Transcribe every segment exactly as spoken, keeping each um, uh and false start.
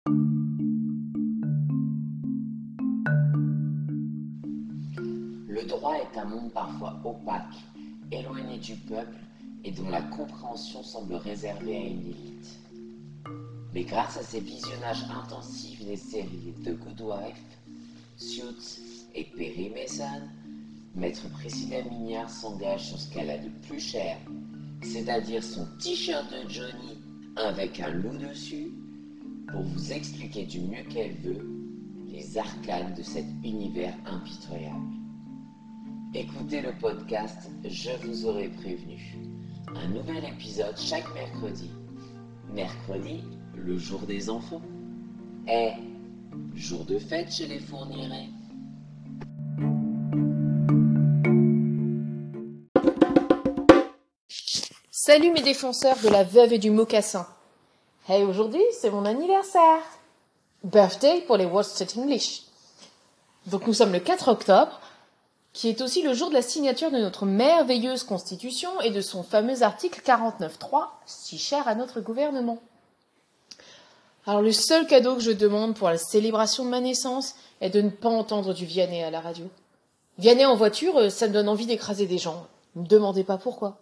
Le droit est un monde parfois opaque, éloigné du peuple et dont la compréhension semble réservée à une élite. Mais grâce à ses visionnages intensifs des séries The Good Wife, Suits et Perry Mason, Maître Priscilla Mignard s'engage sur ce qu'elle a de plus cher, c'est-à-dire son t-shirt de Johnny avec un loup dessus, pour vous expliquer du mieux qu'elle veut les arcanes de cet univers impitoyable. Écoutez le podcast Je vous aurais prévenu. Un nouvel épisode chaque mercredi. Mercredi, le jour des enfants. Et jour de fête chez les Fourniret. Salut mes défenseurs de la veuve et du mocassin. Hey, aujourd'hui, c'est mon anniversaire. Birthday pour les Worsted English. Donc nous sommes le quatre octobre, qui est aussi le jour de la signature de notre merveilleuse Constitution et de son fameux article quarante-neuf trois, si cher à notre gouvernement. Alors le seul cadeau que je demande pour la célébration de ma naissance est de ne pas entendre du Vianney à la radio. Vianney en voiture, ça me donne envie d'écraser des gens. Ne me demandez pas pourquoi.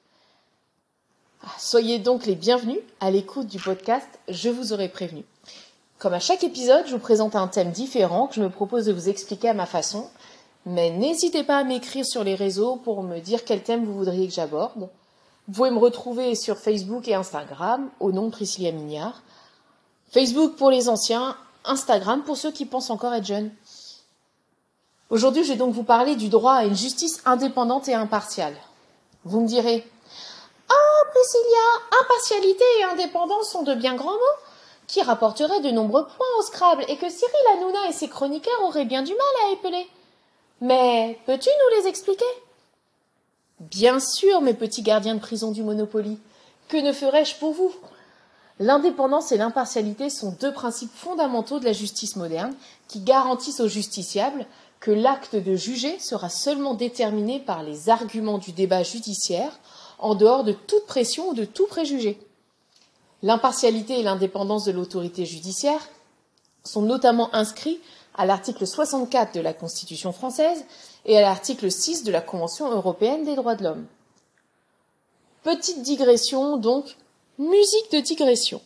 Soyez donc les bienvenus à l'écoute du podcast Je vous aurais prévenu. Comme à chaque épisode, je vous présente un thème différent que je me propose de vous expliquer à ma façon, mais n'hésitez pas à m'écrire sur les réseaux pour me dire quel thème vous voudriez que j'aborde. Vous pouvez me retrouver sur Facebook et Instagram au nom de Priscilla Mignard. Facebook pour les anciens, Instagram pour ceux qui pensent encore être jeunes. Aujourd'hui, je vais donc vous parler du droit à une justice indépendante et impartiale. Vous me direz: « Priscilla, impartialité et indépendance sont de bien grands mots, qui rapporteraient de nombreux points au Scrabble et que Cyril Hanouna et ses chroniqueurs auraient bien du mal à épeler. Mais peux-tu nous les expliquer ?» Bien sûr, mes petits gardiens de prison du Monopoly. Que ne ferais-je pour vous ? L'indépendance et l'impartialité sont deux principes fondamentaux de la justice moderne qui garantissent aux justiciables que l'acte de juger sera seulement déterminé par les arguments du débat judiciaire, en dehors de toute pression ou de tout préjugé. L'impartialité et l'indépendance de l'autorité judiciaire sont notamment inscrits à l'article soixante-quatre de la Constitution française et à l'article six de la Convention européenne des droits de l'homme. Petite digression donc, musique de digression.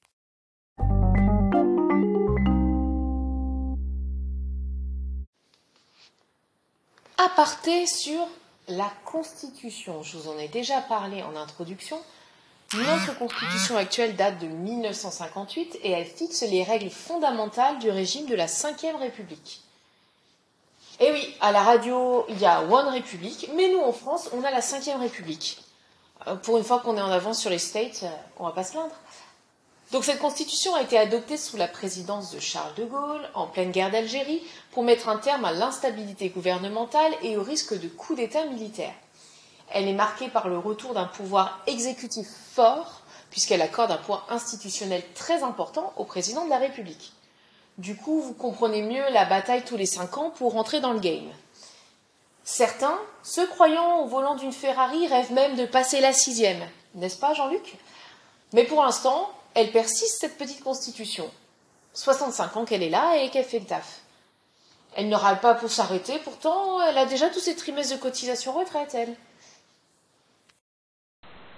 Aparté sur la Constitution. Je vous en ai déjà parlé en introduction. Notre Constitution actuelle date de mille neuf cent cinquante-huit et elle fixe les règles fondamentales du régime de la cinquième République. Et oui, à la radio, il y a One République, mais nous, en France, on a la cinquième République. Pour une fois qu'on est en avance sur les States, on va pas se plaindre. Donc cette Constitution a été adoptée sous la présidence de Charles de Gaulle, en pleine guerre d'Algérie, pour mettre un terme à l'instabilité gouvernementale et au risque de coup d'État militaire. Elle est marquée par le retour d'un pouvoir exécutif fort, puisqu'elle accorde un poids institutionnel très important au président de la République. Du coup, vous comprenez mieux la bataille tous les cinq ans pour rentrer dans le game. Certains, se croyant au volant d'une Ferrari, rêvent même de passer la sixième. N'est-ce pas, Jean-Luc ? Mais pour l'instant, elle persiste, cette petite Constitution. soixante-cinq ans qu'elle est là et qu'elle fait le taf. Elle ne râle pas pour s'arrêter, pourtant, elle a déjà tous ses trimestres de cotisation retraite, elle. Parjure !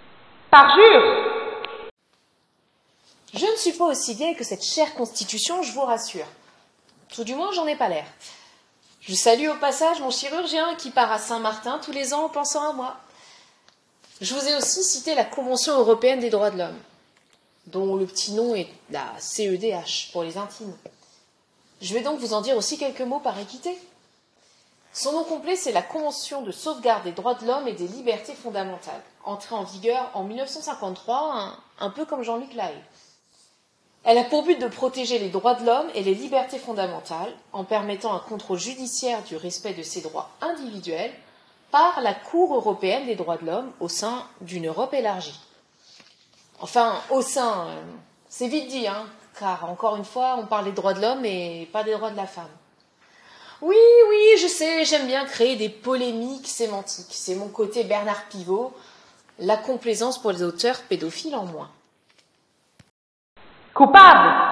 Je ne suis pas aussi vieille que cette chère Constitution, je vous rassure. Tout du moins, j'en ai pas l'air. Je salue au passage mon chirurgien qui part à Saint-Martin tous les ans en pensant à moi. Je vous ai aussi cité la Convention européenne des droits de l'homme, dont le petit nom est la C E D H pour les intimes. Je vais donc vous en dire aussi quelques mots par équité. Son nom complet, c'est la Convention de sauvegarde des droits de l'homme et des libertés fondamentales, entrée en vigueur en mille neuf cent cinquante-trois, un, un peu comme Jean-Luc Lahaye. Elle a pour but de protéger les droits de l'homme et les libertés fondamentales en permettant un contrôle judiciaire du respect de ces droits individuels par la Cour européenne des droits de l'homme au sein d'une Europe élargie. Enfin, au sein, euh, c'est vite dit, hein, car encore une fois, on parle des droits de l'homme et pas des droits de la femme. Oui, oui, je sais, j'aime bien créer des polémiques sémantiques. C'est mon côté Bernard Pivot, la complaisance pour les auteurs pédophiles en moins. Coupable !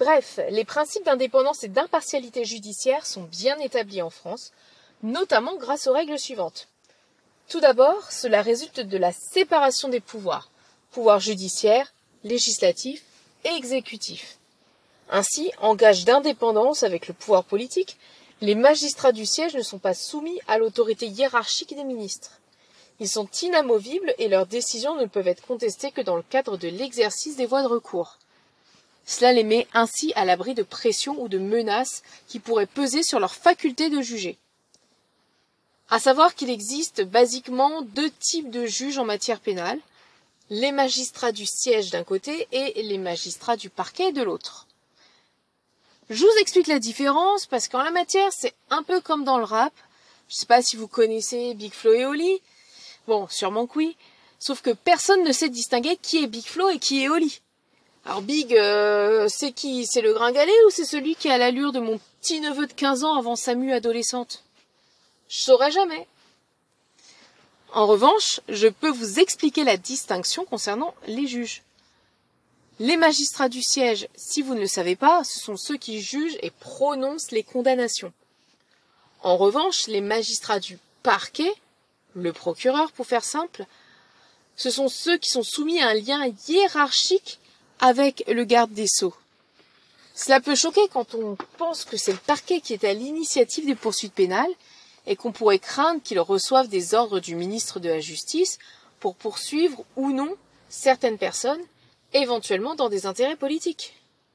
Bref, les principes d'indépendance et d'impartialité judiciaire sont bien établis en France, notamment grâce aux règles suivantes. Tout d'abord, cela résulte de la séparation des pouvoirs, pouvoir judiciaire, législatif et exécutif. Ainsi, en gage d'indépendance avec le pouvoir politique, les magistrats du siège ne sont pas soumis à l'autorité hiérarchique des ministres. Ils sont inamovibles et leurs décisions ne peuvent être contestées que dans le cadre de l'exercice des voies de recours. Cela les met ainsi à l'abri de pressions ou de menaces qui pourraient peser sur leur faculté de juger. À savoir qu'il existe basiquement deux types de juges en matière pénale, les magistrats du siège d'un côté et les magistrats du parquet de l'autre. Je vous explique la différence parce qu'en la matière, c'est un peu comme dans le rap. Je ne sais pas si vous connaissez Big Flo et Oli. Bon, sûrement que oui. Sauf que personne ne sait distinguer qui est Big Flo et qui est Oli. Alors Big, euh, c'est qui? C'est le gringalet ou c'est celui qui a l'allure de mon petit-neveu de quinze ans avant sa mue adolescente? Je saurais jamais. En revanche, je peux vous expliquer la distinction concernant les juges. Les magistrats du siège, si vous ne le savez pas, ce sont ceux qui jugent et prononcent les condamnations. En revanche, les magistrats du parquet, le procureur pour faire simple, ce sont ceux qui sont soumis à un lien hiérarchique avec le garde des Sceaux. Cela peut choquer quand on pense que c'est le parquet qui est à l'initiative des poursuites pénales et qu'on pourrait craindre qu'il reçoive des ordres du ministre de la Justice pour poursuivre ou non certaines personnes, éventuellement dans des intérêts politiques.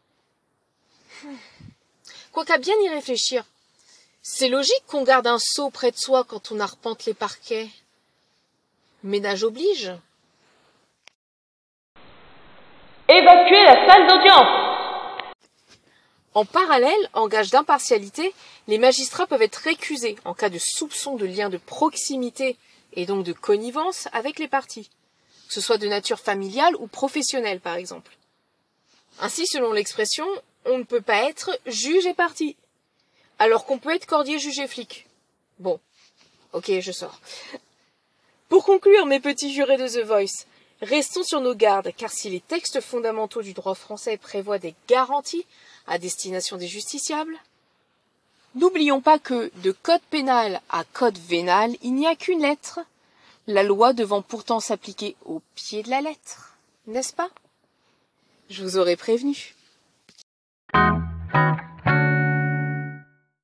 Quoiqu'à bien y réfléchir, c'est logique qu'on garde un sceau près de soi quand on arpente les parquets. Ménage oblige. Évacuez la salle d'audience. En parallèle, en gage d'impartialité, les magistrats peuvent être récusés en cas de soupçon de lien de proximité et donc de connivence avec les parties, que ce soit de nature familiale ou professionnelle par exemple. Ainsi, selon l'expression, on ne peut pas être juge et partie, alors qu'on peut être cordier, juge et flic. Bon, ok, je sors. Pour conclure, mes petits jurés de The Voice, restons sur nos gardes, car si les textes fondamentaux du droit français prévoient des garanties à destination des justiciables, n'oublions pas que de code pénal à code vénal, il n'y a qu'une lettre, la loi devant pourtant s'appliquer au pied de la lettre, n'est-ce pas? Je vous aurais prévenu.